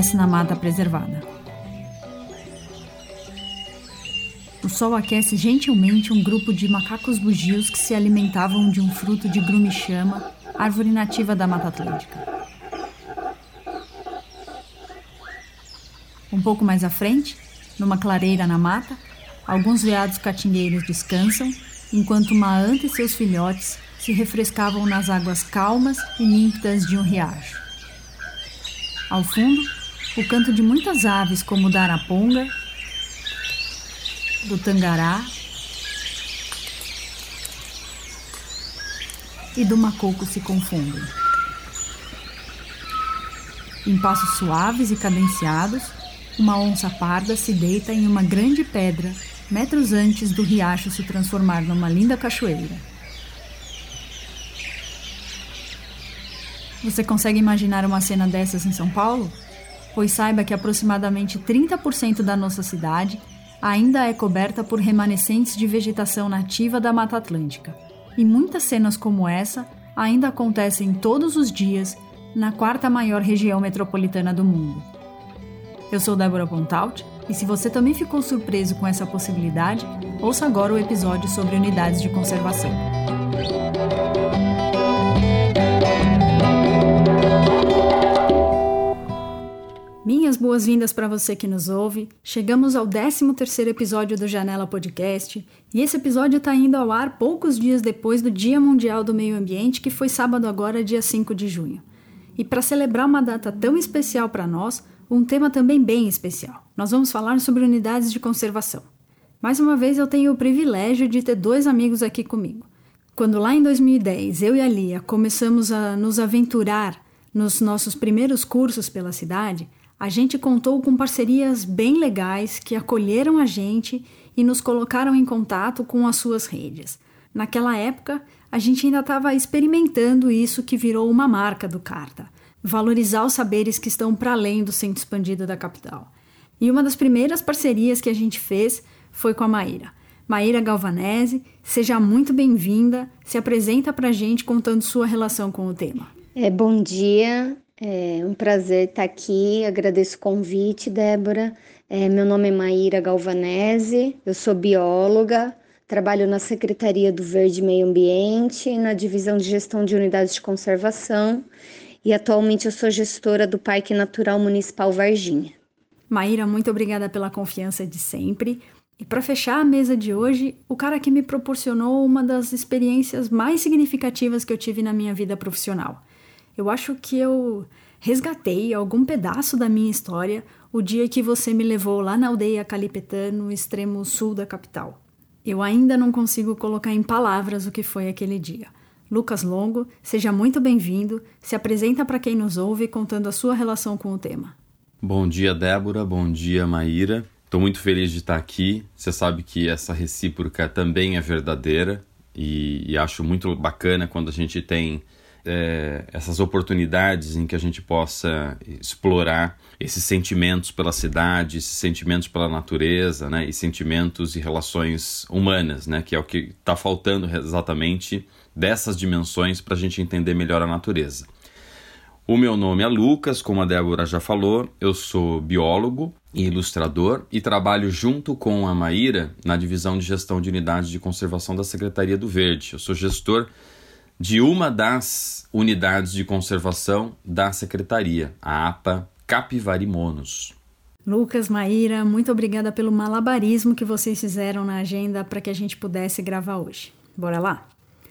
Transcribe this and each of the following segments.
acontece na mata preservada. O sol aquece gentilmente um grupo de macacos bugios que se alimentavam de um fruto de grume-chama, árvore nativa da Mata Atlântica. Um pouco mais à frente, numa clareira na mata, alguns veados catingueiros descansam, enquanto uma anta e seus filhotes se refrescavam nas águas calmas e límpidas de um riacho. Ao fundo, o canto de muitas aves como o da araponga, do tangará e do macoco se confundem. Em passos suaves e cadenciados, uma onça parda se deita em uma grande pedra, metros antes do riacho se transformar numa linda cachoeira. Você consegue imaginar uma cena dessas em São Paulo? Pois saiba que aproximadamente 30% da nossa cidade ainda é coberta por remanescentes de vegetação nativa da Mata Atlântica. E muitas cenas como essa ainda acontecem todos os dias na quarta maior região metropolitana do mundo. Eu sou Débora Pontaut e se você também ficou surpreso com essa possibilidade, ouça agora o episódio sobre unidades de conservação. Minhas boas-vindas para você que nos ouve. Chegamos ao 13º episódio do Janela Podcast e esse episódio está indo ao ar poucos dias depois do Dia Mundial do Meio Ambiente, que foi sábado agora, dia 5 de junho. E para celebrar uma data tão especial para nós, um tema também bem especial. Nós vamos falar sobre unidades de conservação. Mais uma vez eu tenho o privilégio de ter dois amigos aqui comigo. Quando lá em 2010 eu e a Lia começamos a nos aventurar nos nossos primeiros cursos pela cidade, a gente contou com parcerias bem legais que acolheram a gente e nos colocaram em contato com as suas redes. Naquela época, a gente ainda estava experimentando isso que virou uma marca do Carta: valorizar os saberes que estão para além do centro expandido da capital. E uma das primeiras parcerias que a gente fez foi com a Maíra. Maíra Galvanese, seja muito bem-vinda, se apresenta para a gente contando sua relação com o tema. Bom dia. É um prazer estar aqui, agradeço o convite, Débora. Meu nome é Maíra Galvanese, eu sou bióloga, trabalho na Secretaria do Verde e Meio Ambiente, na Divisão de Gestão de Unidades de Conservação e atualmente eu sou gestora do Parque Natural Municipal Varginha. Maíra, muito obrigada pela confiança de sempre. E para fechar a mesa de hoje, o cara que me proporcionou uma das experiências mais significativas que eu tive na minha vida profissional. Eu acho que eu resgatei algum pedaço da minha história o dia que você me levou lá na aldeia Calipetã, no extremo sul da capital. Eu ainda não consigo colocar em palavras o que foi aquele dia. Lucas Longo, seja muito bem-vindo, se apresenta para quem nos ouve contando a sua relação com o tema. Bom dia, Débora, bom dia, Maíra. Estou muito feliz de estar aqui. Você sabe que essa recíproca também é verdadeira e acho muito bacana quando a gente tem essas oportunidades em que a gente possa explorar esses sentimentos pela cidade, esses sentimentos pela natureza, né, e sentimentos e relações humanas, né, que é o que está faltando exatamente dessas dimensões para a gente entender melhor a natureza. O meu nome é Lucas, como a Débora já falou, eu sou biólogo e ilustrador e trabalho junto com a Maíra na Divisão de Gestão de Unidades de Conservação da Secretaria do Verde. Eu sou gestor de uma das unidades de conservação da Secretaria, a APA Capivarimonus. Lucas, Maíra, muito obrigada pelo malabarismo que vocês fizeram na agenda para que a gente pudesse gravar hoje. Bora lá?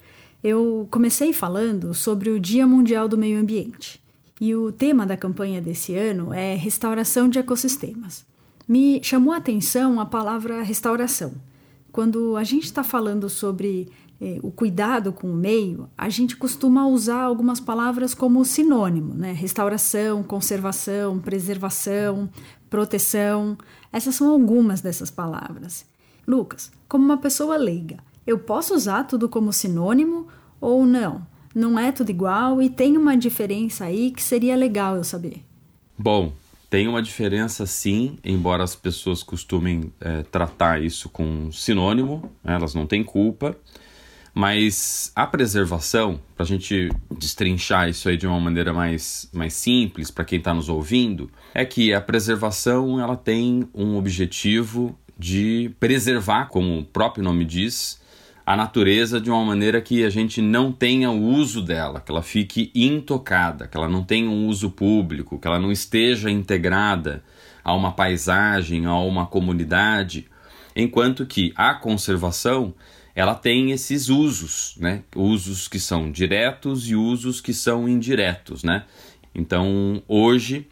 Eu comecei falando sobre o Dia Mundial do Meio Ambiente e o tema da campanha desse ano é restauração de ecossistemas. Me chamou a atenção a palavra restauração. Quando a gente está falando sobre o cuidado com o meio, a gente costuma usar algumas palavras como sinônimo, né? Restauração, conservação, preservação, proteção. Essas são algumas dessas palavras. Lucas, como uma pessoa leiga, eu posso usar tudo como sinônimo ou não? Não é tudo igual e tem uma diferença aí que seria legal eu saber. Bom, tem uma diferença sim, embora as pessoas costumem tratar isso com sinônimo, elas não têm culpa. Mas a preservação, para a gente destrinchar isso aí de uma maneira mais simples para quem está nos ouvindo, é que a preservação ela tem um objetivo de preservar, como o próprio nome diz, a natureza de uma maneira que a gente não tenha o uso dela, que ela fique intocada, que ela não tenha um uso público, que ela não esteja integrada a uma paisagem, a uma comunidade, enquanto que a conservação ela tem esses usos, né? Usos que são diretos e usos que são indiretos, né? Então, hoje,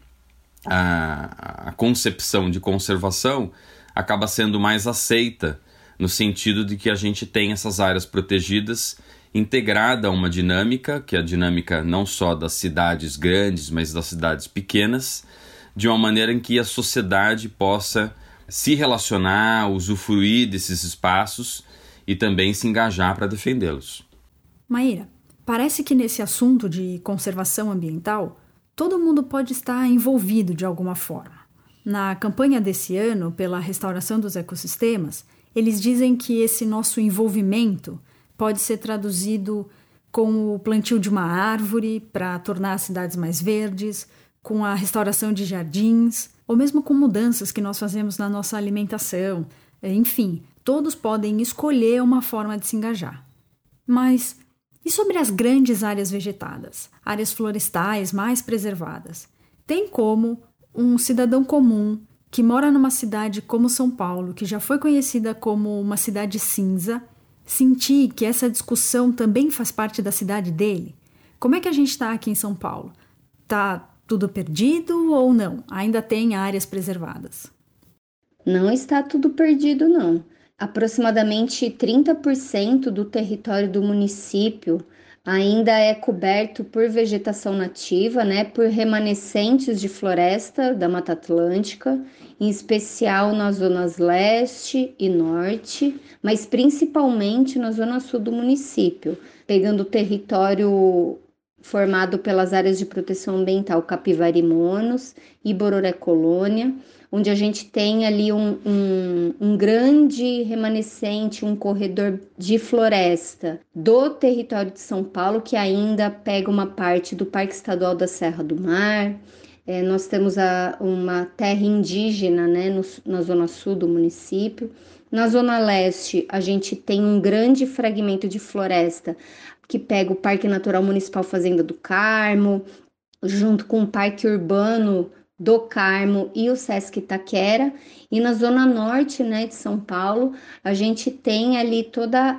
a concepção de conservação acaba sendo mais aceita no sentido de que a gente tem essas áreas protegidas integrada a uma dinâmica, que é a dinâmica não só das cidades grandes, mas das cidades pequenas, de uma maneira em que a sociedade possa se relacionar, usufruir desses espaços e também se engajar para defendê-los. Maíra, parece que nesse assunto de conservação ambiental, todo mundo pode estar envolvido de alguma forma. Na campanha desse ano pela restauração dos ecossistemas, eles dizem que esse nosso envolvimento pode ser traduzido com o plantio de uma árvore para tornar as cidades mais verdes, com a restauração de jardins, ou mesmo com mudanças que nós fazemos na nossa alimentação. Enfim, todos podem escolher uma forma de se engajar. Mas e sobre as grandes áreas vegetadas, áreas florestais mais preservadas? Tem como um cidadão comum que mora numa cidade como São Paulo, que já foi conhecida como uma cidade cinza, sentir que essa discussão também faz parte da cidade dele? Como é que a gente está aqui em São Paulo? Está tudo perdido ou não? Ainda tem áreas preservadas? Não está tudo perdido, não. Aproximadamente 30% do território do município ainda é coberto por vegetação nativa, né, por remanescentes de floresta da Mata Atlântica, em especial nas zonas leste e norte, mas principalmente na zona sul do município, pegando o território formado pelas áreas de proteção ambiental Capivari Monos e Bororé Colônia, onde a gente tem ali um grande remanescente, um corredor de floresta do território de São Paulo, que ainda pega uma parte do Parque Estadual da Serra do Mar. Nós temos uma terra indígena, né, na zona sul do município. Na zona leste, a gente tem um grande fragmento de floresta que pega o Parque Natural Municipal Fazenda do Carmo, junto com o Parque Urbano do Carmo e o Sesc Itaquera. E na zona norte, né, de São Paulo, a gente tem ali toda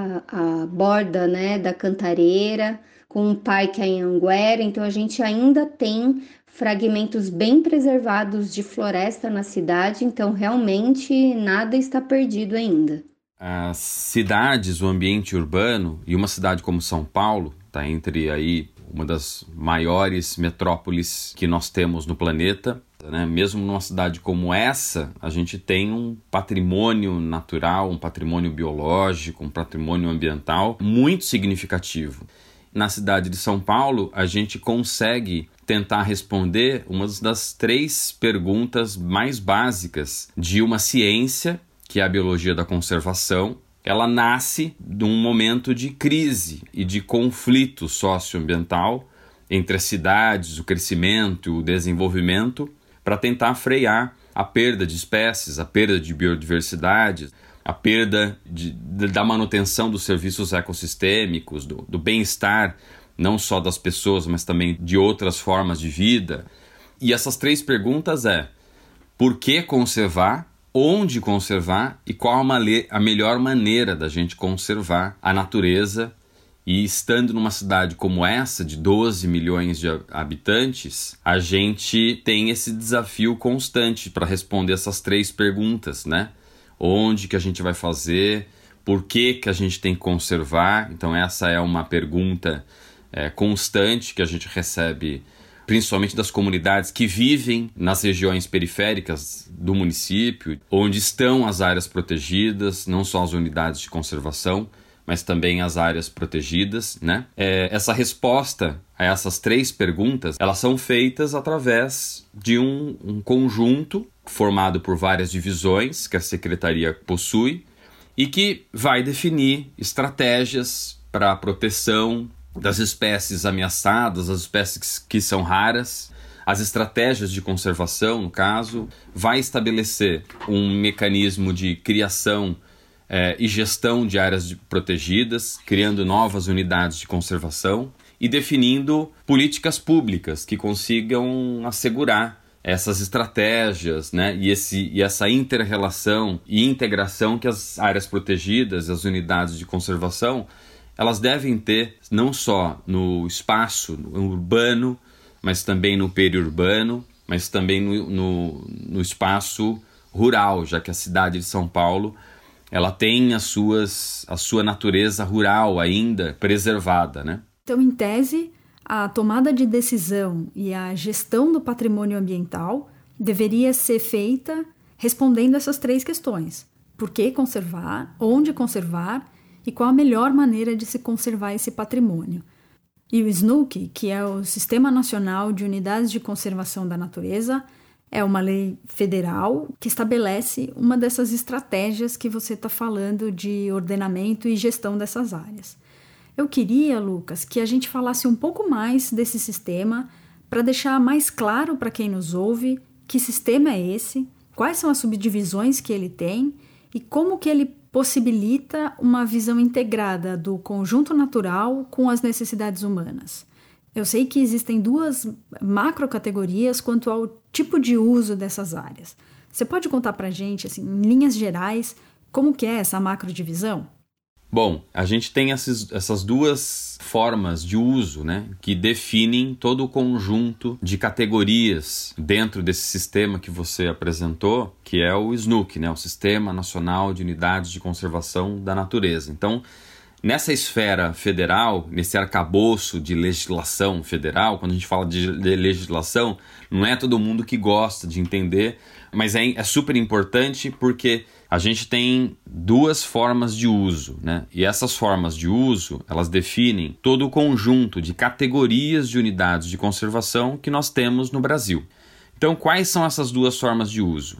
a borda, né, da Cantareira, com o Parque Anhanguera. Então a gente ainda tem fragmentos bem preservados de floresta na cidade, então realmente nada está perdido ainda. As cidades, o ambiente urbano, e uma cidade como São Paulo, está entre aí uma das maiores metrópoles que nós temos no planeta, né? Mesmo numa cidade como essa, a gente tem um patrimônio natural, um patrimônio biológico, um patrimônio ambiental muito significativo. Na cidade de São Paulo, a gente consegue tentar responder uma das 3 perguntas mais básicas de uma ciência, que é a biologia da conservação. Ela nasce de um momento de crise e de conflito socioambiental entre as cidades, o crescimento e o desenvolvimento, para tentar frear a perda de espécies, a perda de biodiversidade, a perda da manutenção dos serviços ecossistêmicos, do bem-estar, não só das pessoas, mas também de outras formas de vida. E essas 3 perguntas por que conservar, onde conservar e qual a melhor maneira da gente conservar a natureza. E estando numa cidade como essa, de 12 milhões de habitantes, a gente tem esse desafio constante para responder essas 3 perguntas, né? Onde que a gente vai fazer, por que que a gente tem que conservar. Então essa é uma pergunta constante que a gente recebe, principalmente das comunidades que vivem nas regiões periféricas do município, onde estão as áreas protegidas, não só as unidades de conservação, mas também as áreas protegidas, né? Essa resposta a essas 3 perguntas, elas são feitas através de um conjunto formado por várias divisões que a Secretaria possui, e que vai definir estratégias para a proteção das espécies ameaçadas, das espécies que são raras, as estratégias de conservação, no caso, vai estabelecer um mecanismo de criação e gestão de áreas protegidas, criando novas unidades de conservação e definindo políticas públicas que consigam assegurar essas estratégias, né, e essa inter-relação e integração que as áreas protegidas, as unidades de conservação, elas devem ter não só no espaço urbano, mas também no periurbano, mas também no espaço rural, já que a cidade de São Paulo ela tem a sua natureza rural ainda preservada, né? Então, em tese, a tomada de decisão e a gestão do patrimônio ambiental deveria ser feita respondendo essas 3 questões. Por que conservar, onde conservar e qual a melhor maneira de se conservar esse patrimônio. E o SNUC, que é o Sistema Nacional de Unidades de Conservação da Natureza, é uma lei federal que estabelece uma dessas estratégias que você está falando de ordenamento e gestão dessas áreas. Eu queria, Lucas, que a gente falasse um pouco mais desse sistema para deixar mais claro para quem nos ouve que sistema é esse, quais são as subdivisões que ele tem e como que ele possibilita uma visão integrada do conjunto natural com as necessidades humanas. Eu sei que existem 2 macrocategorias quanto ao tipo de uso dessas áreas. Você pode contar para a gente, assim, em linhas gerais, como que é essa macrodivisão? Bom, a gente tem essas 2 formas de uso, né, que definem todo o conjunto de categorias dentro desse sistema que você apresentou, que é o SNUC, né, o Sistema Nacional de Unidades de Conservação da Natureza. Então, nessa esfera federal, nesse arcabouço de legislação federal, quando a gente fala de legislação, não é todo mundo que gosta de entender, mas é super importante porque a gente tem 2 formas de uso, né? E essas formas de uso, elas definem todo o conjunto de categorias de unidades de conservação que nós temos no Brasil. Então, quais são essas 2 formas de uso?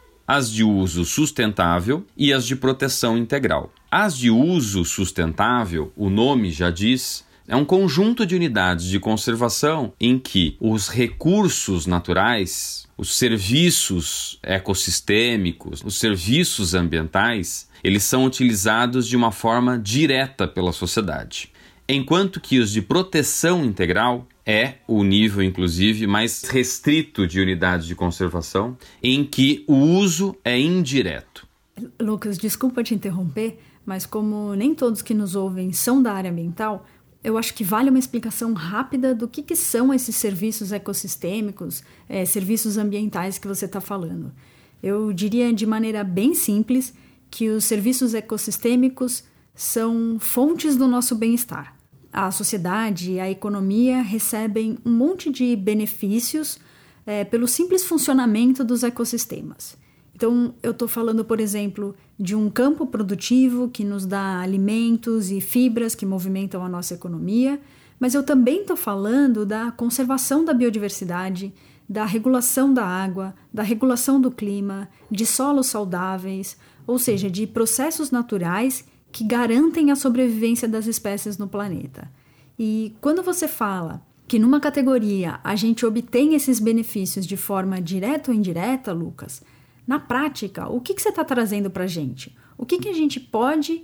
As de uso sustentável e as de proteção integral. As de uso sustentável, o nome já diz, é um conjunto de unidades de conservação em que os recursos naturais, os serviços ecossistêmicos, os serviços ambientais, eles são utilizados de uma forma direta pela sociedade. Enquanto que os de proteção integral é o nível, inclusive, mais restrito de unidades de conservação, em que o uso é indireto. Lucas, desculpa te interromper, mas como nem todos que nos ouvem são da área ambiental, eu acho que vale uma explicação rápida do que são esses serviços ecossistêmicos, serviços ambientais que você está falando. Eu diria de maneira bem simples que os serviços ecossistêmicos são fontes do nosso bem-estar. A sociedade e a economia recebem um monte de benefícios pelo simples funcionamento dos ecossistemas. Então, eu estou falando, por exemplo, de um campo produtivo que nos dá alimentos e fibras que movimentam a nossa economia, mas eu também estou falando da conservação da biodiversidade, da regulação da água, da regulação do clima, de solos saudáveis, ou seja, de processos naturais que garantem a sobrevivência das espécies no planeta. E quando você fala que numa categoria a gente obtém esses benefícios de forma direta ou indireta, Lucas, na prática, o que você está trazendo para a gente? O que a gente pode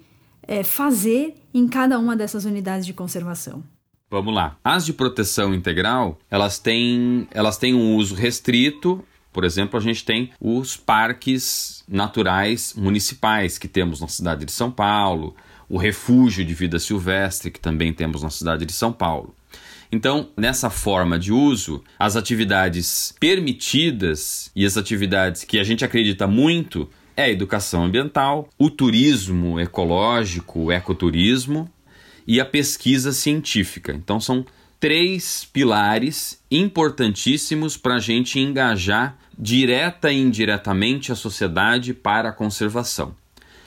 fazer em cada uma dessas unidades de conservação? Vamos lá. As de proteção integral, elas têm um uso restrito. Por exemplo, a gente tem os parques naturais municipais que temos na cidade de São Paulo, o refúgio de vida silvestre que também temos na cidade de São Paulo. Então, nessa forma de uso, as atividades permitidas e as atividades que a gente acredita muito é a educação ambiental, o turismo ecológico, o ecoturismo e a pesquisa científica. Então, são 3 pilares importantíssimos para a gente engajar direta e indiretamente a sociedade para a conservação.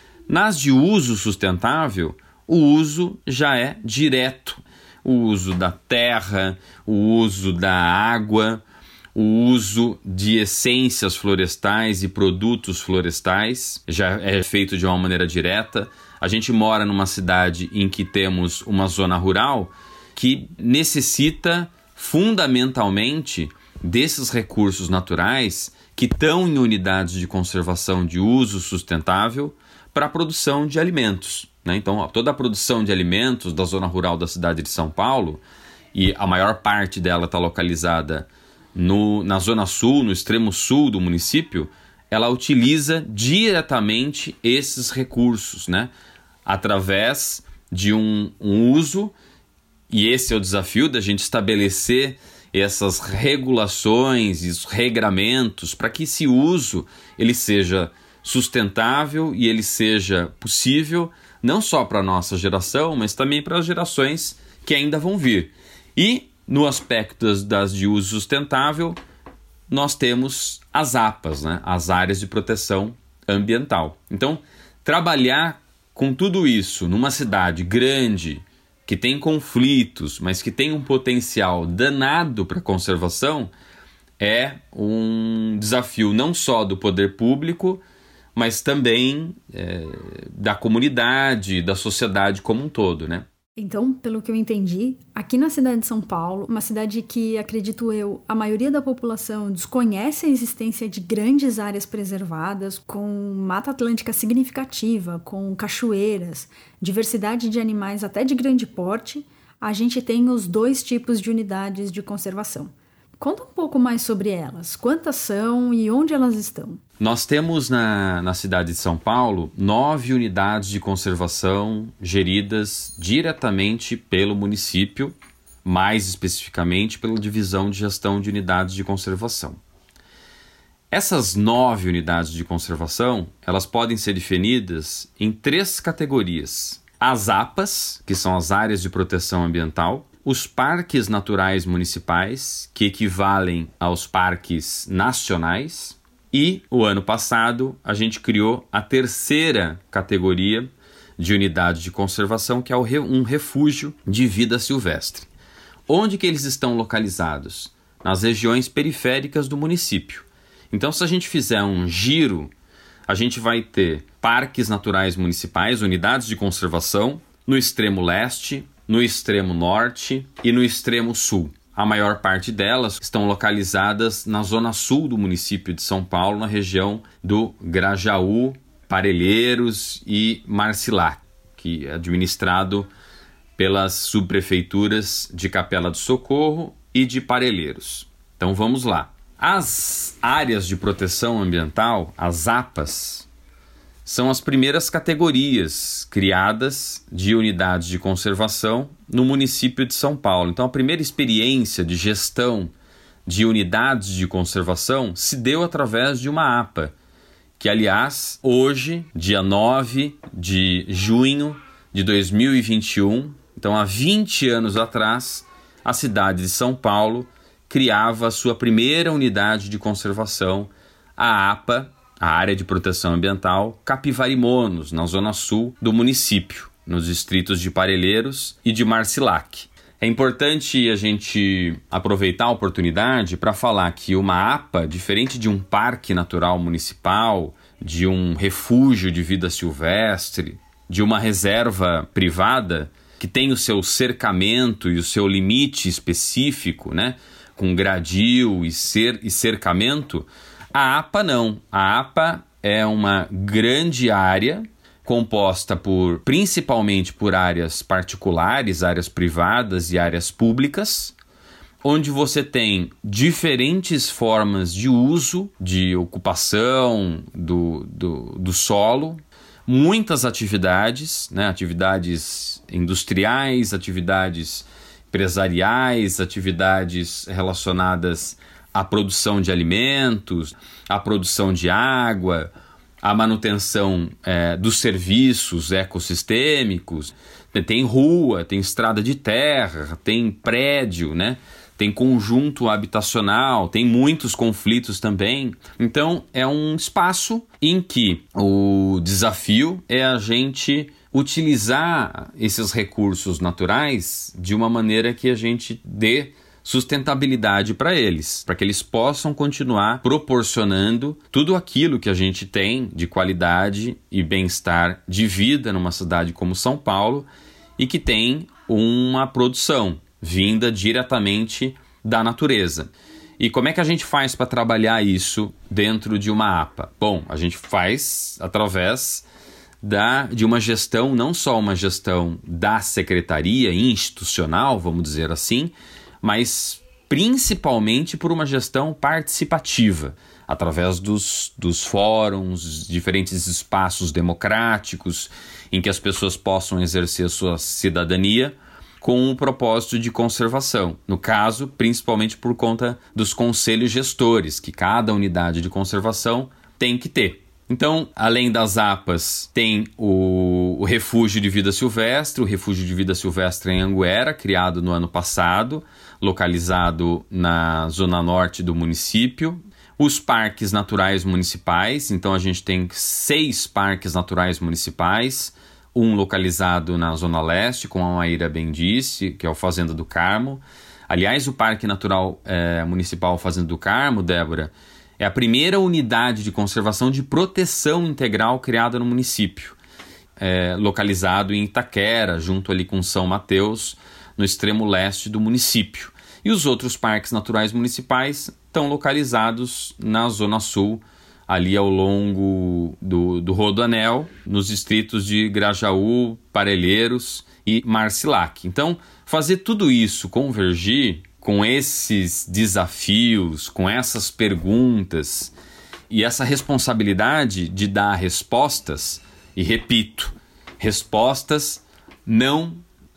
Nas de uso sustentável, o uso já é direto. O uso da terra, o uso da água, o uso de essências florestais e produtos florestais, já é feito de uma maneira direta. A gente mora numa cidade em que temos uma zona rural que necessita fundamentalmente desses recursos naturais que estão em unidades de conservação de uso sustentável para a produção de alimentos, né? Então, toda a produção de alimentos da zona rural da cidade de São Paulo, e a maior parte dela está localizada na zona sul, no extremo sul do município, ela utiliza diretamente esses recursos, né? Através de um uso, e esse é o desafio da gente estabelecer essas regulações e os regramentos para que esse uso ele seja sustentável e ele seja possível não só para a nossa geração, mas também para as gerações que ainda vão vir. E no aspecto das de uso sustentável, nós temos as APAs, né? As áreas de proteção ambiental. Então, trabalhar com tudo isso numa cidade grande, que tem conflitos, mas que tem um potencial danado para a conservação, é um desafio não só do poder público, mas também da comunidade, da sociedade como um todo, né? Então, pelo que eu entendi, aqui na cidade de São Paulo, uma cidade que, acredito eu, a maioria da população desconhece a existência de grandes áreas preservadas, com mata atlântica significativa, com cachoeiras, diversidade de animais até de grande porte, a gente tem os 2 tipos de unidades de conservação. Conta um pouco mais sobre elas, quantas são e onde elas estão? Nós temos na cidade de São Paulo 9 unidades de conservação geridas diretamente pelo município, mais especificamente pela Divisão de Gestão de Unidades de Conservação. Essas 9 unidades de conservação, elas podem ser definidas em 3 categorias. As APAs, que são as áreas de proteção ambiental, os parques naturais municipais, que equivalem aos parques nacionais, e o ano passado a gente criou a 3ª categoria de unidade de conservação, que é um refúgio de vida silvestre. Onde que eles estão localizados? Nas regiões periféricas do município. Então, se a gente fizer um giro, a gente vai ter parques naturais municipais, unidades de conservação, no extremo leste, no extremo norte e no extremo sul. A maior parte delas estão localizadas na zona sul do município de São Paulo, na região do Grajaú, Parelheiros e Marcilac, que é administrado pelas subprefeituras de Capela do Socorro e de Parelheiros. Então vamos lá. As áreas de proteção ambiental, as APAs, são as primeiras categorias criadas de unidades de conservação no município de São Paulo. Então, a primeira experiência de gestão de unidades de conservação se deu através de uma APA, que, aliás, hoje, dia 9 de junho de 2021, então há 20 anos atrás, a cidade de São Paulo criava a sua primeira unidade de conservação, a APA, a Área de Proteção Ambiental Capivari-Monos, na zona sul do município, nos distritos de Parelheiros e de Marcilac. É importante a gente aproveitar a oportunidade para falar que uma APA, diferente de um parque natural municipal, de um refúgio de vida silvestre, de uma reserva privada, que tem o seu cercamento e o seu limite específico, né, com gradil e cercamento, a APA não. A APA é uma grande área composta principalmente por áreas particulares, áreas privadas e áreas públicas, onde você tem diferentes formas de uso, de ocupação do solo, muitas atividades, né? Atividades industriais, atividades empresariais, atividades relacionadas à produção de alimentos, à produção de água, à manutenção dos serviços ecossistêmicos. Tem rua, tem estrada de terra, tem prédio, né? Tem conjunto habitacional, tem muitos conflitos também. Então, é um espaço em que o desafio é a gente utilizar esses recursos naturais de uma maneira que a gente dê sustentabilidade para eles, para que eles possam continuar proporcionando tudo aquilo que a gente tem de qualidade e bem-estar de vida numa cidade como São Paulo e que tem uma produção vinda diretamente da natureza. E como é que a gente faz para trabalhar isso dentro de uma APA? Bom, a gente faz através de uma gestão, não só uma gestão da secretaria institucional, vamos dizer assim, mas principalmente por uma gestão participativa, através dos fóruns, diferentes espaços democráticos em que as pessoas possam exercer sua cidadania com o propósito de conservação. No caso, principalmente por conta dos conselhos gestores, que cada unidade de conservação tem que ter. Então, além das APAs, tem o Refúgio de Vida Silvestre, o Refúgio de Vida Silvestre em Anguera, criado no ano passado, localizado na zona norte do município. Os parques naturais municipais, então a gente tem 6 parques naturais municipais, um localizado na zona leste, como a Maíra bem disse, que é o Fazenda do Carmo. Aliás, o Parque Natural Municipal Fazenda do Carmo, Débora, é a primeira unidade de conservação de proteção integral criada no município, localizado em Itaquera, junto ali com São Mateus, no extremo leste do município. E os outros parques naturais municipais estão localizados na zona sul, ali ao longo do Rodoanel, nos distritos de Grajaú, Parelheiros e Marcilac. Então, fazer tudo isso convergir com esses desafios, com essas perguntas e essa responsabilidade de dar respostas, e repito, respostas não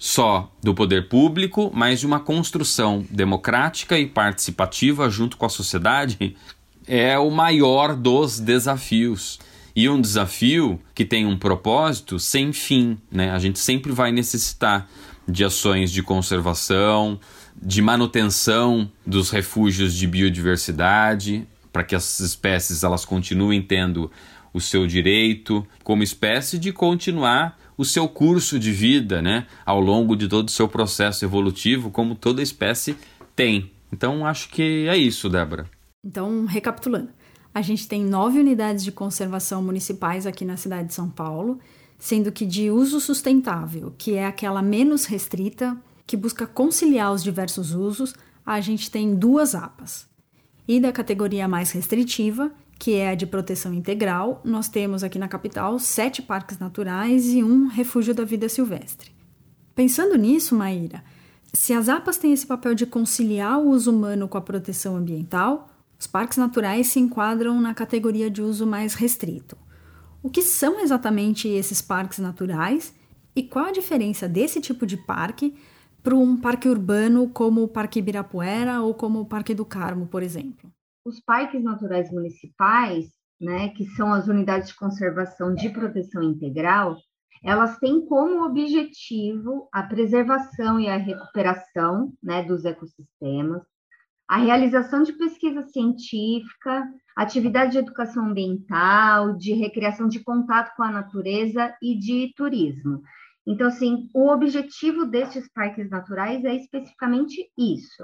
só do poder público, mas de uma construção democrática e participativa junto com a sociedade, é o maior dos desafios. E um desafio que tem um propósito sem fim, né? A gente sempre vai necessitar de ações de conservação, de manutenção dos refúgios de biodiversidade, para que as espécies elas continuem tendo o seu direito como espécie, de continuar o seu curso de vida, né, ao longo de todo o seu processo evolutivo, como toda espécie tem. Então, acho que é isso, Débora. Então, recapitulando, a gente tem 9 unidades de conservação municipais aqui na cidade de São Paulo, sendo que de uso sustentável, que é aquela menos restrita, que busca conciliar os diversos usos, a gente tem 2 APAs. E da categoria mais restritiva, que é a de proteção integral, nós temos aqui na capital 7 parques naturais e 1 refúgio da vida silvestre. Pensando nisso, Maíra, se as APAs têm esse papel de conciliar o uso humano com a proteção ambiental, os parques naturais se enquadram na categoria de uso mais restrito. O que são exatamente esses parques naturais e qual a diferença desse tipo de parque para um parque urbano como o Parque Ibirapuera ou como o Parque do Carmo, por exemplo? Os parques naturais municipais, né, que são as unidades de conservação de proteção integral, elas têm como objetivo a preservação e a recuperação, né, dos ecossistemas, a realização de pesquisa científica, atividade de educação ambiental, de recreação de contato com a natureza e de turismo. Então, assim, o objetivo destes parques naturais é especificamente isso.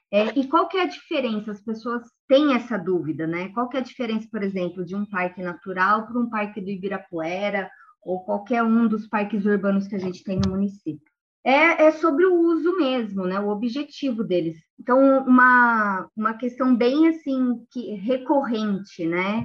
E qual que é a diferença? As pessoas têm essa dúvida, né? Qual que é a diferença, por exemplo, de um parque natural para um parque do Ibirapuera ou qualquer um dos parques urbanos que a gente tem no município? É sobre o uso mesmo, né? O objetivo deles. Então, uma questão bem assim recorrente, né?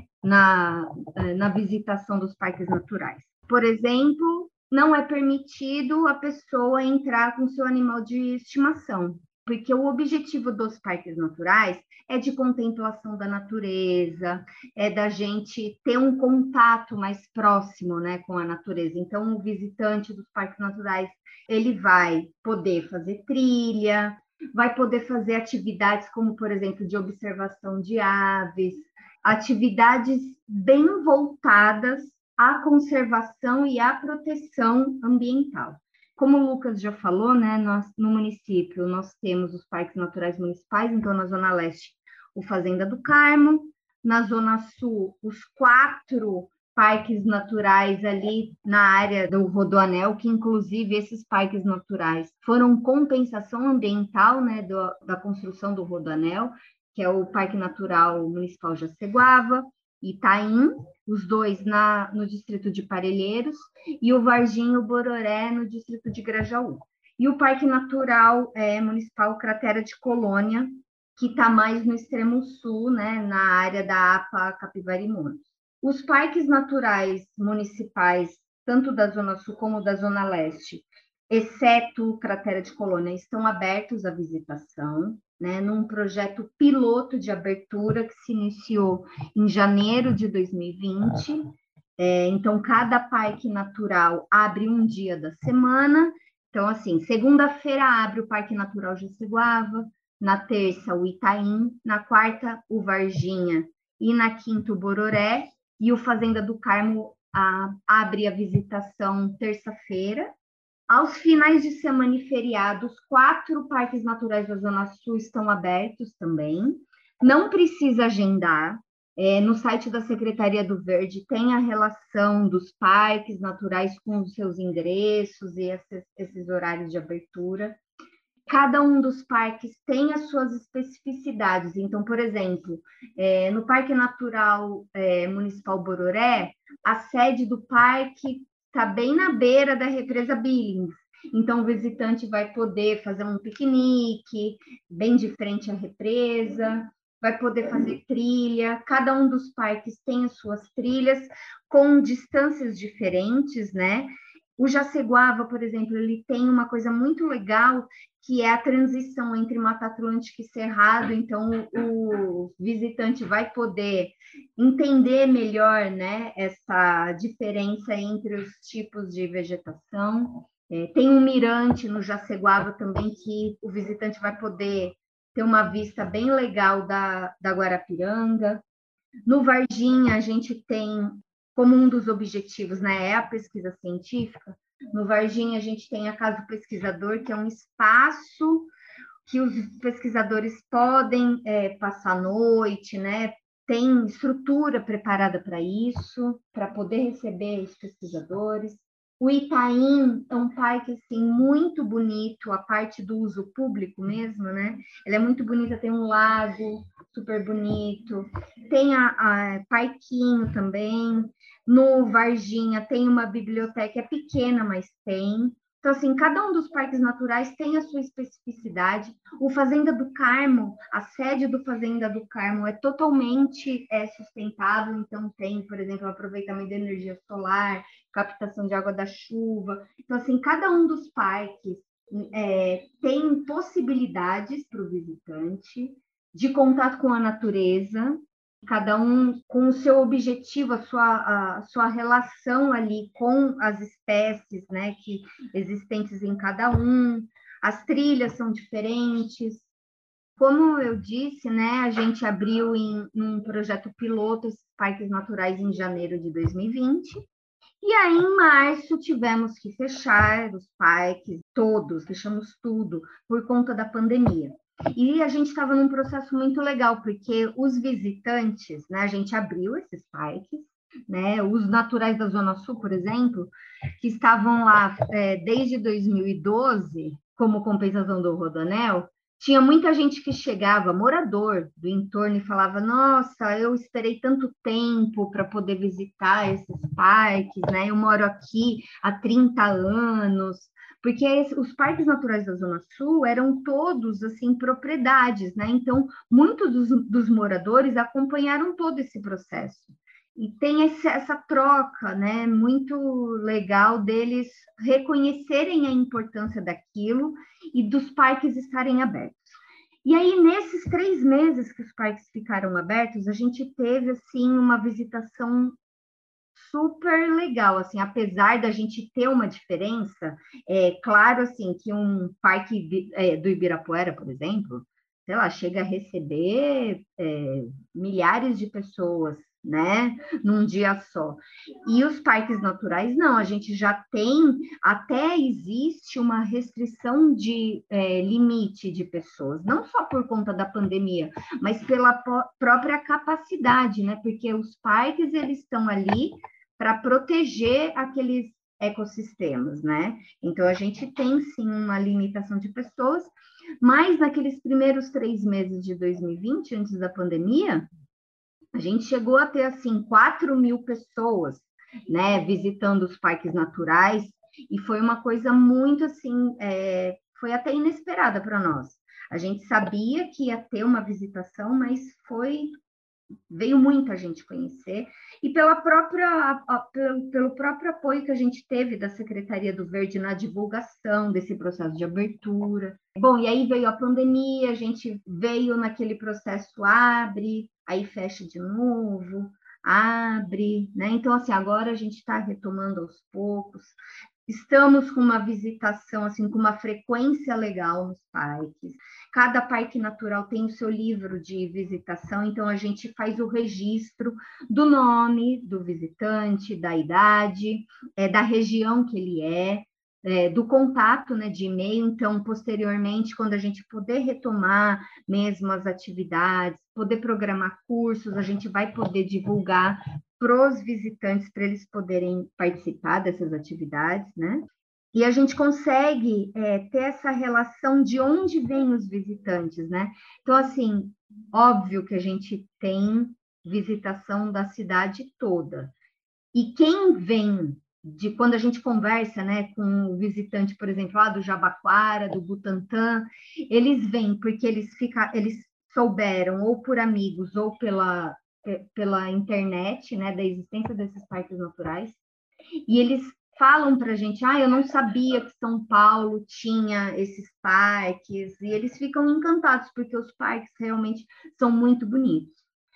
Na visitação dos parques naturais. Por exemplo, não é permitido a pessoa entrar com seu animal de estimação, porque o objetivo dos parques naturais é de contemplação da natureza, é da gente ter um contato mais próximo, né, com a natureza. Então, o visitante dos parques naturais, ele vai poder fazer trilha, vai poder fazer atividades como, por exemplo, de observação de aves, atividades bem voltadas à conservação e à proteção ambiental. Como o Lucas já falou, né, no município nós temos os parques naturais municipais, então na Zona Leste o Fazenda do Carmo, na Zona Sul os 4 parques naturais ali na área do Rodoanel, que inclusive esses parques naturais foram compensação ambiental, né, da construção do Rodoanel, que é o Parque Natural Municipal Jaceguava, Itaim, os dois no distrito de Parelheiros, e o Varginho Bororé, no distrito de Grajaú. E o Parque Natural Municipal Cratera de Colônia, que está mais no extremo sul, né, na área da APA Capivari-Monos. Os parques naturais municipais, tanto da Zona Sul como da Zona Leste, exceto o Cratera de Colônia, estão abertos à visitação, né, num projeto piloto de abertura que se iniciou em janeiro de 2020. Então, cada parque natural abre um dia da semana. Então, assim, segunda-feira abre o Parque Natural Jaceguava, na terça o Itaim, na quarta o Varginha e na quinta o Bororé, e o Fazenda do Carmo abre a visitação terça-feira. Aos finais de semana e feriados, 4 parques naturais da Zona Sul estão abertos também. Não precisa agendar. No site da Secretaria do Verde tem a relação dos parques naturais com os seus endereços e esses horários de abertura. Cada um dos parques tem as suas especificidades. Então, por exemplo, no Parque Natural Municipal Bororé, a sede do parque está bem na beira da represa Billings. Então, o visitante vai poder fazer um piquenique bem de frente à represa, vai poder fazer trilha. Cada um dos parques tem as suas trilhas com distâncias diferentes, né? O Jaceguava, por exemplo, ele tem uma coisa muito legal, que é a transição entre Mata Atlântica e Cerrado. Então, o visitante vai poder entender melhor, né, essa diferença entre os tipos de vegetação. Tem um mirante no Jaceguava também, que o visitante vai poder ter uma vista bem legal da Guarapiranga. No Varginha, a gente tem, como um dos objetivos, né, é a pesquisa científica. No Varginha, a gente tem a Casa do Pesquisador, que é um espaço que os pesquisadores podem passar a noite, né? Tem estrutura preparada para isso, para poder receber os pesquisadores. O Itaim é um parque assim, muito bonito, a parte do uso público mesmo, né? Ele é muito bonita, tem um lago super bonito, tem a parquinho também. No Varginha tem uma biblioteca, é pequena, mas tem. Então, assim, cada um dos parques naturais tem a sua especificidade. O Fazenda do Carmo, a sede do Fazenda do Carmo é totalmente sustentável, então tem, por exemplo, aproveitamento de energia solar, captação de água da chuva. Então, assim, cada um dos parques tem possibilidades para o visitante de contato com a natureza, cada um com o seu objetivo, a sua relação ali com as espécies, né, que existentes em cada um. As trilhas são diferentes. Como eu disse, né, a gente abriu em um projeto piloto esses parques naturais em janeiro de 2020. E aí, em março, tivemos que fechar os parques todos, fechamos tudo, por conta da pandemia. E a gente estava num processo muito legal, porque os visitantes, né, a gente abriu esses parques, né, os naturais da Zona Sul, por exemplo, que estavam lá desde 2012, como compensação do Rodoanel, tinha muita gente que chegava, morador do entorno, e falava: nossa, eu esperei tanto tempo para poder visitar esses parques, né? Eu moro aqui há 30 anos, porque os parques naturais da Zona Sul eram todos, assim, propriedades, né? Então, muitos dos moradores acompanharam todo esse processo. E tem essa troca, né, muito legal deles reconhecerem a importância daquilo e dos parques estarem abertos. E aí, nesses 3 meses que os parques ficaram abertos, a gente teve, assim, uma visitação super legal, assim, apesar da gente ter uma diferença, claro, assim, que um parque do Ibirapuera, por exemplo, sei lá, chega a receber milhares de pessoas, né, num dia só. E os parques naturais, não, a gente já tem, até existe uma restrição de limite de pessoas, não só por conta da pandemia, mas pela própria capacidade, né, porque os parques, eles estão ali para proteger aqueles ecossistemas, né? Então, a gente tem, sim, uma limitação de pessoas, mas naqueles primeiros 3 meses de 2020, antes da pandemia, a gente chegou a ter, assim, 4.000 pessoas, né, visitando os parques naturais, e foi uma coisa muito, assim, foi até inesperada para nós. A gente sabia que ia ter uma visitação, mas veio muita gente conhecer, e pelo próprio apoio que a gente teve da Secretaria do Verde na divulgação desse processo de abertura. Bom, e aí veio a pandemia, a gente veio naquele processo abre, aí fecha de novo, abre, né? Então, assim, agora a gente está retomando aos poucos. Estamos com uma visitação, assim, com uma frequência legal nos parques. Cada parque natural tem o seu livro de visitação, então a gente faz o registro do nome do visitante, da idade, da região que ele do contato, né, de e-mail. Então, posteriormente, quando a gente puder retomar mesmo as atividades, poder programar cursos, a gente vai poder divulgar para os visitantes, para eles poderem participar dessas atividades, né? E a gente consegue ter essa relação de onde vêm os visitantes, né? Então, assim, óbvio que a gente tem visitação da cidade toda. E quem vem quando a gente conversa, né, com o visitante, por exemplo, lá do Jabaquara, do Butantã, eles vêm porque eles souberam, ou por amigos, ou pela internet, né, da existência desses parques naturais, e eles falam para a gente, eu não sabia que São Paulo tinha esses parques, e eles ficam encantados, porque os parques realmente são muito bonitos.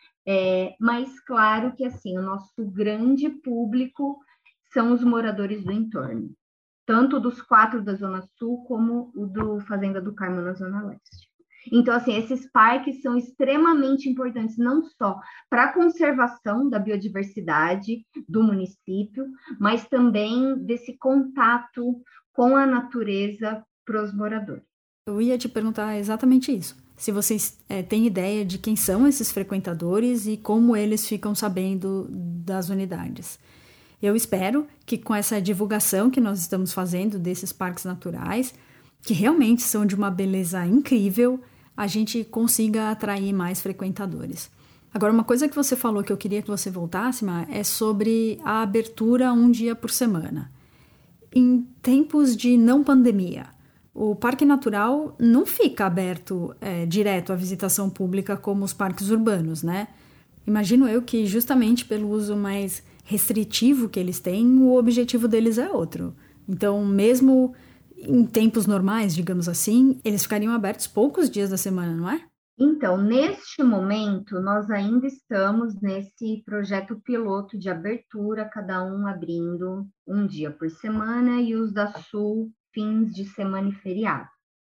Mas claro que, assim, o nosso grande público são os moradores do entorno, tanto dos 4 da Zona Sul, como o do Fazenda do Carmo na Zona Leste. Então, assim, esses parques são extremamente importantes, não só para a conservação da biodiversidade do município, mas também desse contato com a natureza para os moradores. Eu ia te perguntar exatamente isso. Se vocês têm ideia de quem são esses frequentadores e como eles ficam sabendo das unidades. Eu espero que com essa divulgação que nós estamos fazendo desses parques naturais, que realmente são de uma beleza incrível, a gente consiga atrair mais frequentadores. Agora, uma coisa que você falou que eu queria que você voltasse, Má, é sobre a abertura 1 dia por semana. Em tempos de não pandemia, o Parque Natural não fica aberto direto à visitação pública como os parques urbanos, né? Imagino eu que justamente pelo uso mais restritivo que eles têm, o objetivo deles é outro. Então, mesmo em tempos normais, digamos assim, eles ficariam abertos poucos dias da semana, não é? Então, neste momento, nós ainda estamos nesse projeto piloto de abertura, cada um abrindo 1 dia por semana e os da Sul, fins de semana e feriado.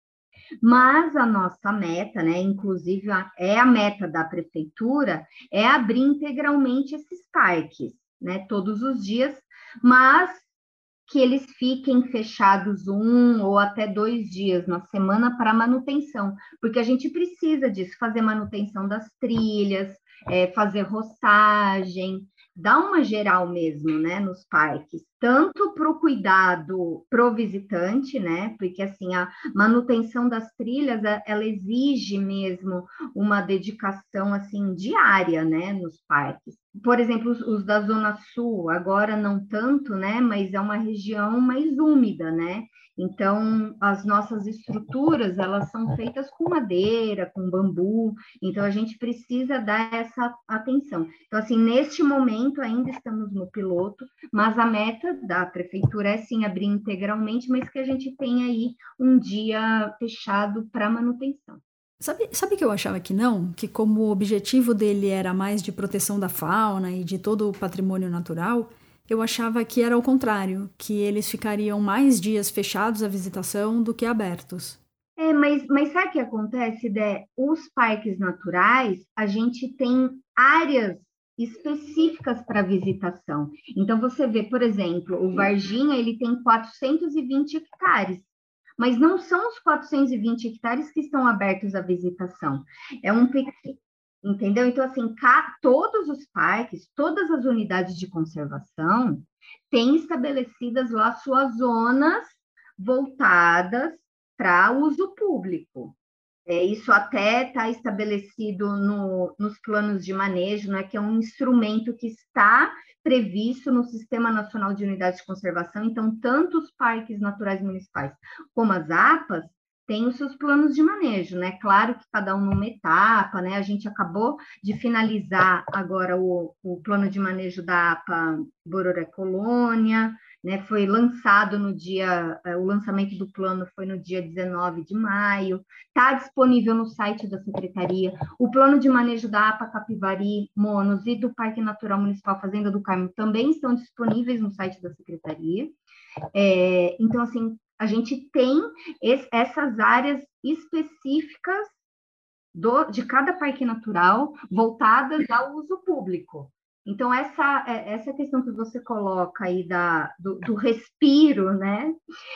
Mas a nossa meta, né, inclusive a meta da prefeitura, é abrir integralmente esses parques, né, todos os dias, mas que eles fiquem fechados 1 ou até 2 dias na semana para manutenção, porque a gente precisa disso, fazer manutenção das trilhas, fazer roçagem, dar uma geral mesmo, né, nos parques, tanto para o cuidado pro visitante, né, porque assim, a manutenção das trilhas, ela exige mesmo uma dedicação, assim, diária, né, nos parques. Por exemplo, os da Zona Sul, agora não tanto, né, mas é uma região mais úmida, né, então as nossas estruturas, elas são feitas com madeira, com bambu, então a gente precisa dar essa atenção. Então, assim, neste momento ainda estamos no piloto, mas a meta da prefeitura é sim abrir integralmente, mas que a gente tenha aí 1 dia fechado para manutenção. Sabe que eu achava que não? Que como o objetivo dele era mais de proteção da fauna e de todo o patrimônio natural, eu achava que era o contrário, que eles ficariam mais dias fechados à visitação do que abertos. Mas sabe o que acontece, Dé? Os parques naturais, a gente tem áreas específicas para visitação. Então, você vê, por exemplo, o Varginha, ele tem 420 hectares, mas não são os 420 hectares que estão abertos à visitação. Entendeu? Então, assim, todos os parques, todas as unidades de conservação têm estabelecidas lá suas zonas voltadas para uso público. Isso até está estabelecido nos planos de manejo, né, que é um instrumento que está previsto no Sistema Nacional de Unidades de Conservação. Então, tanto os parques naturais municipais como as APAs têm os seus planos de manejo, né? Claro que cada um numa etapa, né? A gente acabou de finalizar agora o plano de manejo da APA Bororé Colônia, né? Foi lançado o lançamento do plano foi no dia 19 de maio, está disponível no site da Secretaria. O plano de manejo da APA Capivari, Monos e do Parque Natural Municipal Fazenda do Carmo também estão disponíveis no site da Secretaria. Então, assim, a gente tem essas áreas específicas de cada parque natural voltadas ao uso público. Então, essa questão que você coloca aí do respiro, né,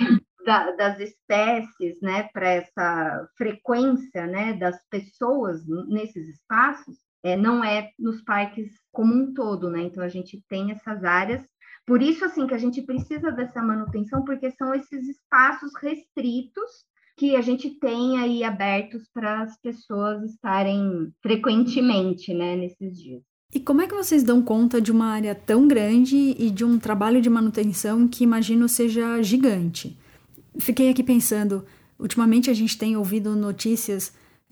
das espécies, né, para essa frequência, né, das pessoas nesses espaços, não é nos parques como um todo, né? Então, a gente tem essas áreas. Por isso, assim, que a gente precisa dessa manutenção, porque são esses espaços restritos que a gente tem aí abertos para as pessoas estarem frequentemente, né, nesses dias. E como é que vocês dão conta de uma área tão grande e de um trabalho de manutenção que imagino seja gigante? Fiquei aqui pensando, ultimamente a gente tem ouvido notícias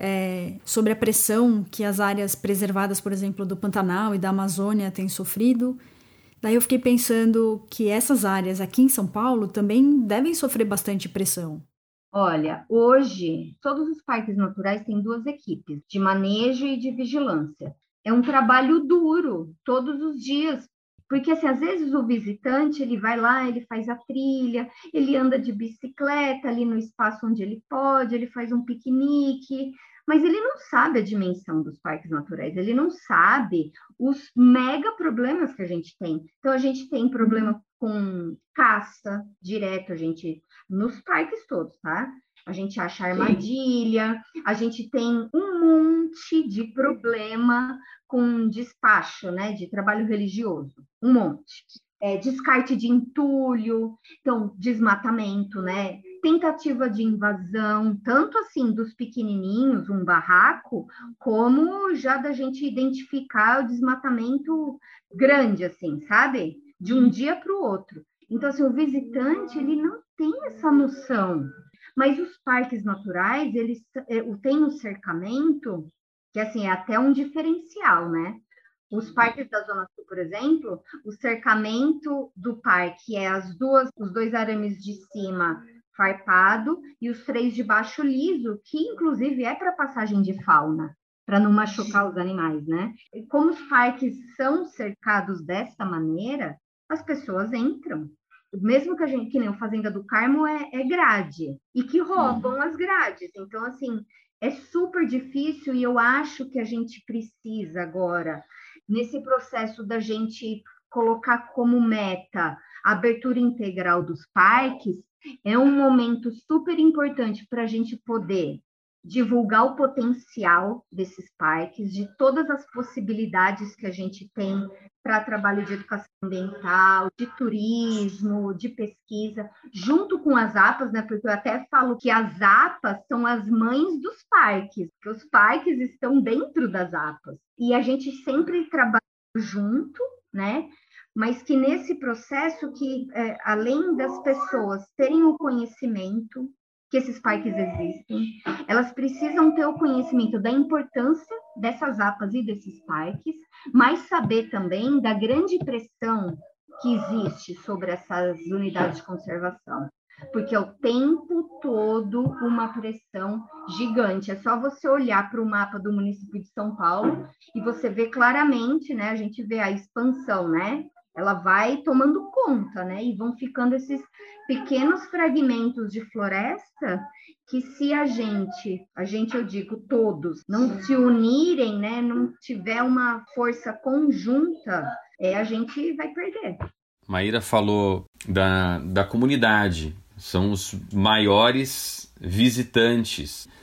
sobre a pressão que as áreas preservadas, por exemplo, do Pantanal e da Amazônia têm sofrido. Daí eu fiquei pensando que essas áreas aqui em São Paulo também devem sofrer bastante pressão. Olha, hoje todos os parques naturais têm 2 equipes, de manejo e de vigilância. É um trabalho duro, todos os dias, porque assim, às vezes o visitante ele vai lá, ele faz a trilha, ele anda de bicicleta ali no espaço onde ele pode, ele faz um piquenique, mas ele não sabe a dimensão dos parques naturais, ele não sabe os mega problemas que a gente tem. Então, a gente tem problema com caça direto, nos parques todos, tá? A gente acha armadilha, a gente tem um monte de problema com despacho, né, de trabalho religioso, um monte. Descarte de entulho, então, desmatamento, né, tentativa de invasão, tanto assim dos pequenininhos, um barraco, como já da gente identificar o desmatamento grande, assim, sabe? De um dia para o outro. Então, assim, o visitante, ele não tem essa noção. Mas os parques naturais, eles têm um cercamento, que assim, é até um diferencial, né? Os parques da Zona Sul, por exemplo, o cercamento do parque é os 2 arames de cima farpado e os 3 de baixo liso, que inclusive é para passagem de fauna, para não machucar os animais, né? E como os parques são cercados dessa maneira, as pessoas entram. Mesmo que nem o Fazenda do Carmo é grade, e que roubam as grades. Então, assim, é super difícil, e eu acho que a gente precisa agora, nesse processo da gente colocar como meta a abertura integral dos parques, é um momento super importante para a gente poder divulgar o potencial desses parques, de todas as possibilidades que a gente tem para trabalho de educação ambiental, de turismo, de pesquisa, junto com as APAs, né? Porque eu até falo que as APAs são as mães dos parques, porque os parques estão dentro das APAs. E a gente sempre trabalha junto, né? Mas que nesse processo que, além das pessoas terem o conhecimento que esses parques existem, elas precisam ter o conhecimento da importância dessas APAs e desses parques, mas saber também da grande pressão que existe sobre essas unidades de conservação, porque é o tempo todo uma pressão gigante. É só você olhar para o mapa do município de São Paulo e você vê claramente, né? A gente vê a expansão, né? Ela vai tomando conta, né? E vão ficando esses pequenos fragmentos de floresta que se a gente eu digo todos, não se unirem, né? Não tiver uma força conjunta, a gente vai perder. Maíra falou da comunidade, são os maiores visitantes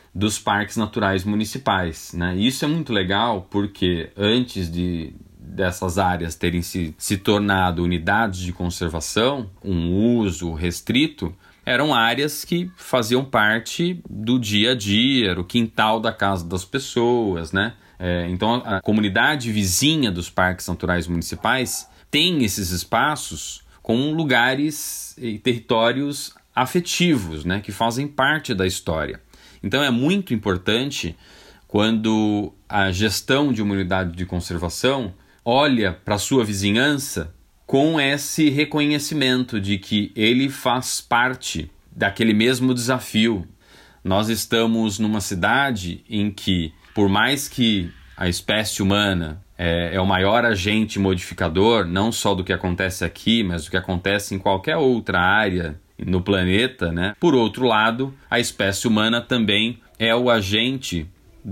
dos parques naturais municipais, né? E isso é muito legal porque antes dessas áreas terem se tornado unidades de conservação, um uso restrito, eram áreas que faziam parte do dia a dia, era o quintal da casa das pessoas, né? Então a comunidade vizinha dos parques naturais municipais tem esses espaços como lugares e territórios afetivos, né? Que fazem parte da história. Então é muito importante quando a gestão de uma unidade de conservação olha para a sua vizinhança com esse reconhecimento de que ele faz parte daquele mesmo desafio. Nós estamos numa cidade em que, por mais que a espécie humana é o maior agente modificador, não só do que acontece aqui, mas do que acontece em qualquer outra área no planeta, né? Por outro lado, a espécie humana também é o agente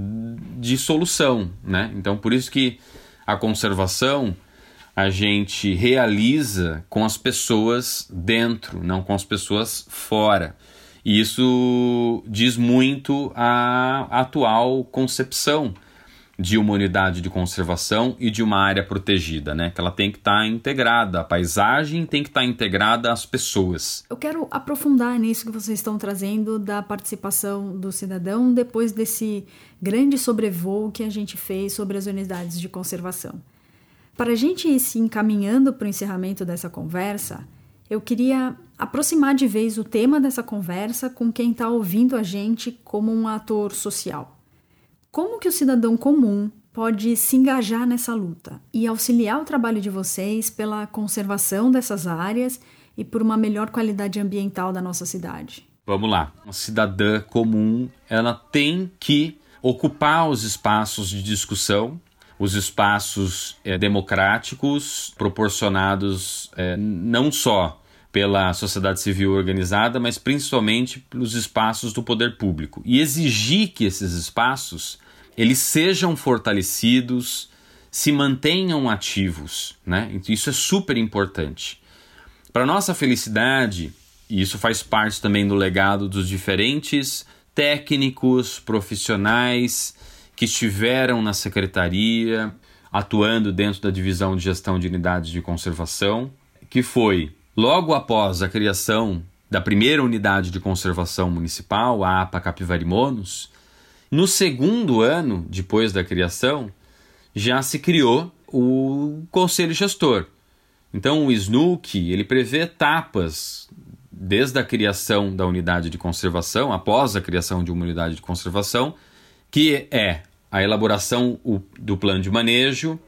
de solução, né? Então, por isso que a conservação a gente realiza com as pessoas dentro, não com as pessoas fora. E isso diz muito a atual concepção de uma unidade de conservação e de uma área protegida, né? Que ela tem que estar integrada, a paisagem tem que estar integrada às pessoas. Eu quero aprofundar nisso que vocês estão trazendo da participação do cidadão depois desse grande sobrevoo que a gente fez sobre as unidades de conservação. Para a gente ir se encaminhando para o encerramento dessa conversa, eu queria aproximar de vez o tema dessa conversa com quem está ouvindo a gente como um ator social. Como que o cidadão comum pode se engajar nessa luta e auxiliar o trabalho de vocês pela conservação dessas áreas e por uma melhor qualidade ambiental da nossa cidade? Vamos lá. Uma cidadã comum, ela tem que ocupar os espaços de discussão, os espaços democráticos proporcionados não só pela sociedade civil organizada, mas principalmente pelos espaços do poder público. E exigir que esses espaços eles sejam fortalecidos, se mantenham ativos, né? Então, isso é super importante. Para nossa felicidade, e isso faz parte também do legado dos diferentes técnicos, profissionais que estiveram na secretaria, atuando dentro da divisão de gestão de unidades de conservação, que foi logo após a criação da primeira unidade de conservação municipal, a APA Capivari-Monos, no segundo ano, depois da criação, já se criou o Conselho Gestor. Então o SNUC, ele prevê etapas desde a criação da unidade de conservação, após a criação de uma unidade de conservação, que é a elaboração do plano de manejo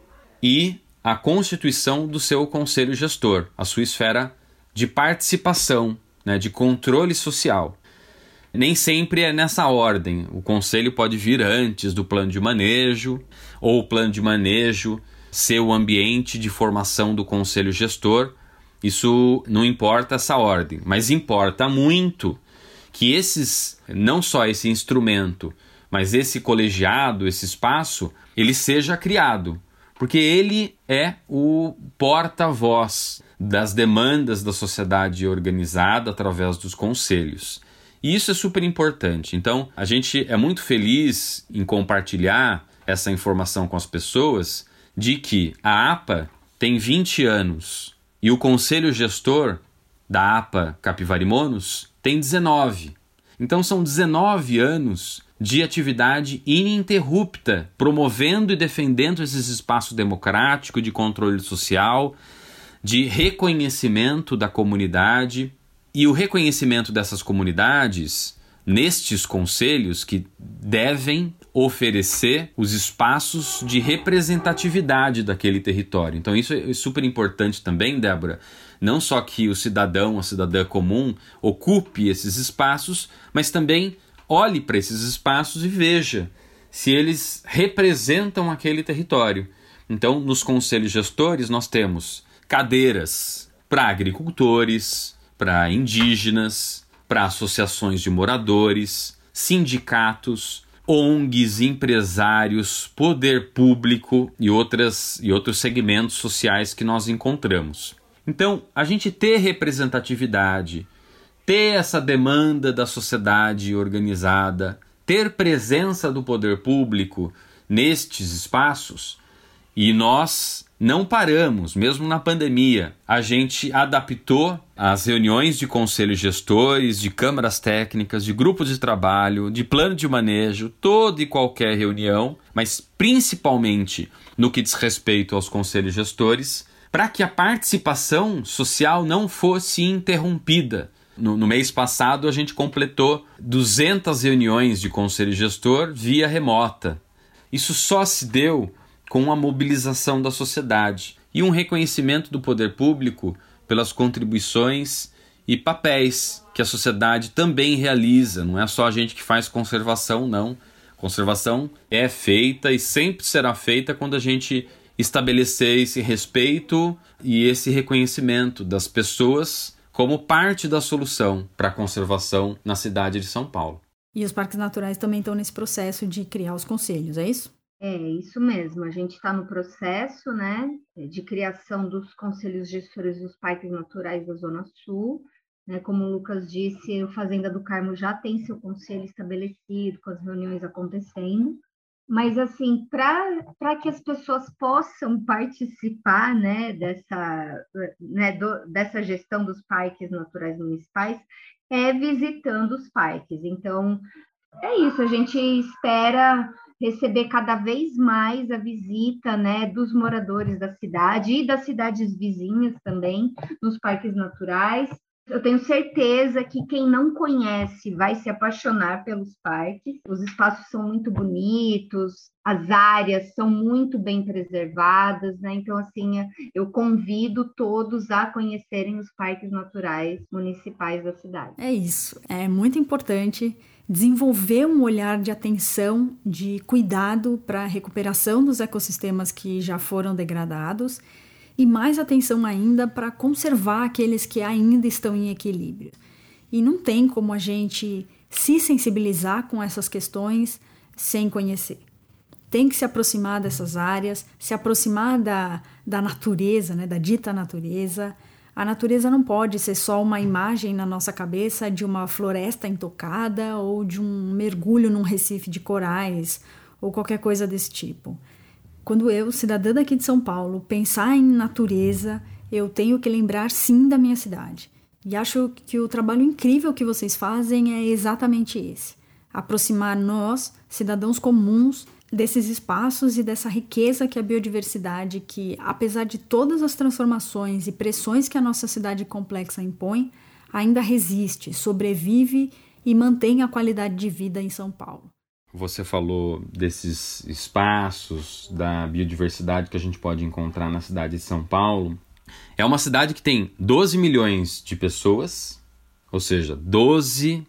e a constituição do seu Conselho Gestor, a sua esfera de participação, né, de controle social. Nem sempre é nessa ordem. O conselho pode vir antes do plano de manejo, ou o plano de manejo ser o ambiente de formação do conselho gestor. Isso não importa essa ordem, mas importa muito que não só esse instrumento, mas esse colegiado, esse espaço, ele seja criado, porque ele é o porta-voz das demandas da sociedade organizada através dos conselhos. E isso é super importante. Então, a gente é muito feliz em compartilhar essa informação com as pessoas de que a APA tem 20 anos e o Conselho Gestor da APA Capivari-Monos tem 19. Então, são 19 anos de atividade ininterrupta, promovendo e defendendo esses espaços democráticos de controle social, de reconhecimento da comunidade. E o reconhecimento dessas comunidades nestes conselhos que devem oferecer os espaços de representatividade daquele território. Então isso é super importante também, Débora, não só que o cidadão, a cidadã comum ocupe esses espaços, mas também olhe para esses espaços e veja se eles representam aquele território. Então, nos conselhos gestores nós temos cadeiras para agricultores, para indígenas, para associações de moradores, sindicatos, ONGs, empresários, poder público e outros segmentos sociais que nós encontramos. Então, a gente ter representatividade, ter essa demanda da sociedade organizada, ter presença do poder público nestes espaços, e nós não paramos, mesmo na pandemia. A gente adaptou as reuniões de conselhos gestores, de câmaras técnicas, de grupos de trabalho, de plano de manejo, toda e qualquer reunião, mas principalmente no que diz respeito aos conselhos gestores, para que a participação social não fosse interrompida. No mês passado, a gente completou 200 reuniões de conselho gestor via remota. Isso só se deu com a mobilização da sociedade e um reconhecimento do poder público pelas contribuições e papéis que a sociedade também realiza. Não é só a gente que faz conservação, não. Conservação é feita e sempre será feita quando a gente estabelecer esse respeito e esse reconhecimento das pessoas como parte da solução para a conservação na cidade de São Paulo. E os parques naturais também estão nesse processo de criar os conselhos, é isso? É isso mesmo, a gente está no processo, né, de criação dos conselhos gestores dos parques naturais da Zona Sul, né, como o Lucas disse, o Fazenda do Carmo já tem seu conselho estabelecido, com as reuniões acontecendo, mas assim, para que as pessoas possam participar, né, dessa gestão dos parques naturais municipais, é visitando os parques. Então, é isso, a gente espera receber cada vez mais a visita, né, dos moradores da cidade e das cidades vizinhas também, nos parques naturais. Eu tenho certeza que quem não conhece vai se apaixonar pelos parques. Os espaços são muito bonitos, as áreas são muito bem preservadas, né? Então, assim, eu convido todos a conhecerem os parques naturais municipais da cidade. É isso, é muito importante desenvolver um olhar de atenção, de cuidado para a recuperação dos ecossistemas que já foram degradados e mais atenção ainda para conservar aqueles que ainda estão em equilíbrio. E não tem como a gente se sensibilizar com essas questões sem conhecer. Tem que se aproximar dessas áreas, se aproximar da natureza, né, da dita natureza. A natureza não pode ser só uma imagem na nossa cabeça de uma floresta intocada ou de um mergulho num recife de corais ou qualquer coisa desse tipo. Quando eu, cidadã daqui de São Paulo, pensar em natureza, eu tenho que lembrar sim da minha cidade. E acho que o trabalho incrível que vocês fazem é exatamente esse. Aproximar nós, cidadãos comuns, desses espaços e dessa riqueza que é a biodiversidade, que, apesar de todas as transformações e pressões que a nossa cidade complexa impõe, ainda resiste, sobrevive e mantém a qualidade de vida em São Paulo. Você falou desses espaços, da biodiversidade que a gente pode encontrar na cidade de São Paulo. É uma cidade que tem 12 milhões de pessoas, ou seja, 12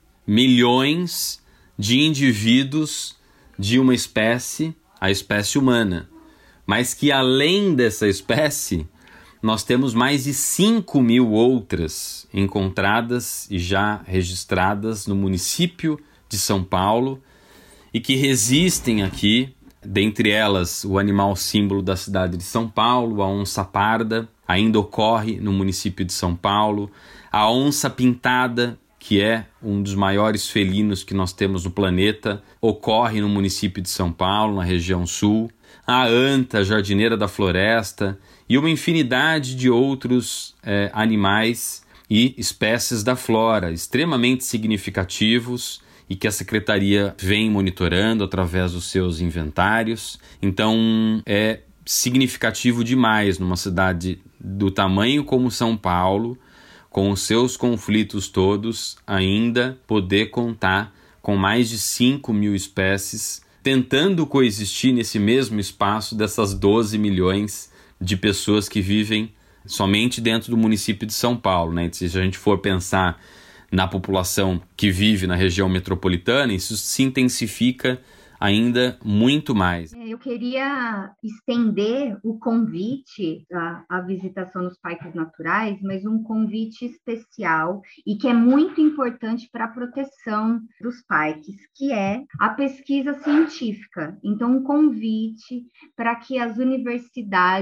milhões de indivíduos de uma espécie, a espécie humana. Mas que além dessa espécie, nós temos mais de 5.000 outras encontradas e já registradas no município de São Paulo e que resistem aqui, dentre elas o animal símbolo da cidade de São Paulo, a onça parda, ainda ocorre no município de São Paulo, a onça pintada, que é um dos maiores felinos que nós temos no planeta, ocorre no município de São Paulo, na região sul, a anta, jardineira da floresta e uma infinidade de outros animais e espécies da flora extremamente significativos e que a Secretaria vem monitorando através dos seus inventários. Então é significativo demais numa cidade do tamanho como São Paulo, com os seus conflitos todos, ainda poder contar com mais de 5.000 espécies tentando coexistir nesse mesmo espaço dessas 12 milhões de pessoas que vivem somente dentro do município de São Paulo, né? Se a gente for pensar na população que vive na região metropolitana, isso se intensifica ainda muito mais. Eu queria estender o convite à visitação nos parques naturais, mas um convite especial e que é muito importante para a proteção dos parques, que é a pesquisa científica. Então, um convite para que as universidades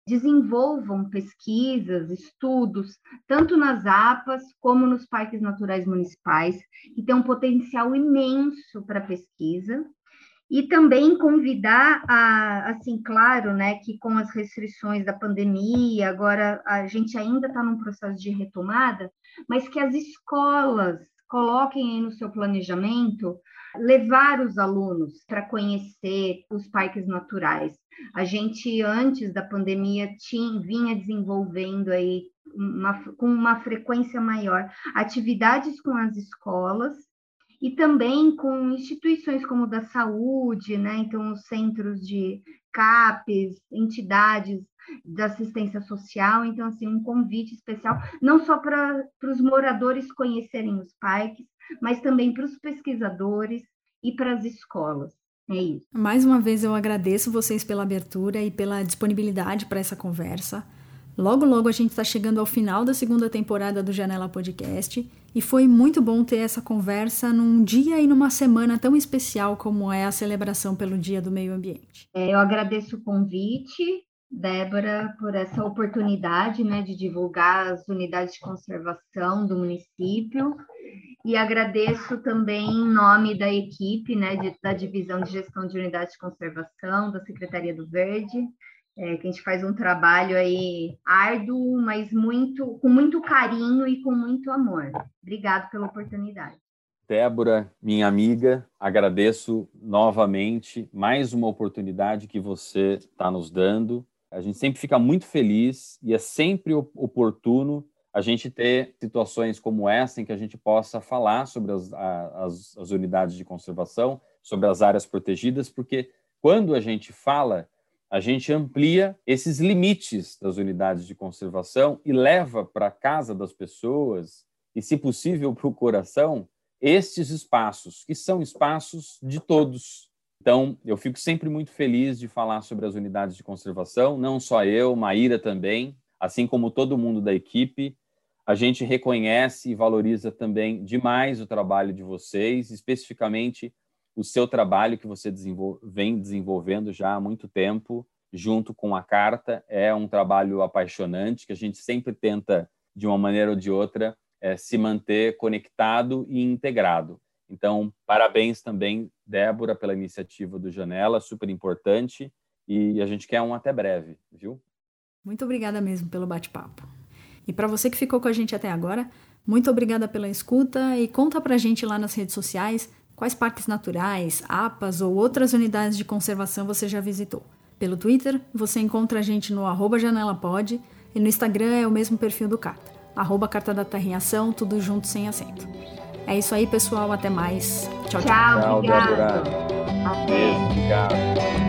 desenvolvam pesquisas, estudos, tanto nas APAs como nos parques naturais municipais, que tem um potencial imenso para pesquisa. E também convidar assim, claro, né, que com as restrições da pandemia, agora a gente ainda está num processo de retomada, mas que as escolas coloquem aí no seu planejamento levar os alunos para conhecer os parques naturais. A gente, antes da pandemia, vinha desenvolvendo aí com uma frequência maior atividades com as escolas, e também com instituições como da saúde, né? Então, os centros de CAPES, entidades da assistência social. Então, assim, um convite especial, não só para os moradores conhecerem os parques, mas também para os pesquisadores e para as escolas. É isso. Mais uma vez, eu agradeço vocês pela abertura e pela disponibilidade para essa conversa. Logo, logo a gente está chegando ao final da segunda temporada do Janela Podcast e foi muito bom ter essa conversa num dia e numa semana tão especial como é a celebração pelo Dia do Meio Ambiente. Eu agradeço o convite, Débora, por essa oportunidade, né, de divulgar as unidades de conservação do município, e agradeço também em nome da equipe, né, da Divisão de Gestão de Unidades de Conservação, da Secretaria do Verde, que a gente faz um trabalho aí árduo, mas com muito carinho e com muito amor. Obrigado pela oportunidade. Débora, minha amiga, agradeço novamente mais uma oportunidade que você está nos dando. A gente sempre fica muito feliz e é sempre oportuno a gente ter situações como essa em que a gente possa falar sobre as unidades de conservação, sobre as áreas protegidas, porque quando a gente fala, a gente amplia esses limites das unidades de conservação e leva para a casa das pessoas e, se possível, para o coração, estes espaços, que são espaços de todos. Então, eu fico sempre muito feliz de falar sobre as unidades de conservação, não só eu, Maíra também, assim como todo mundo da equipe. A gente reconhece e valoriza também demais o trabalho de vocês, especificamente o seu trabalho que você vem desenvolvendo já há muito tempo, junto com a Carta. É um trabalho apaixonante, que a gente sempre tenta, de uma maneira ou de outra, se manter conectado e integrado. Então, parabéns também, Débora, pela iniciativa do Janela, super importante, e a gente quer um até breve, viu? Muito obrigada mesmo pelo bate-papo. E para você que ficou com a gente até agora, muito obrigada pela escuta e conta pra gente lá nas redes sociais quais parques naturais, APAs ou outras unidades de conservação você já visitou. Pelo Twitter, você encontra a gente no @janelapod e no Instagram é o mesmo perfil do Carta, @Carta da Terra em Ação, tudo junto sem acento. É isso aí, pessoal. Até mais. Tchau, tchau. Tchau, obrigada. Débora. Beijo, obrigado.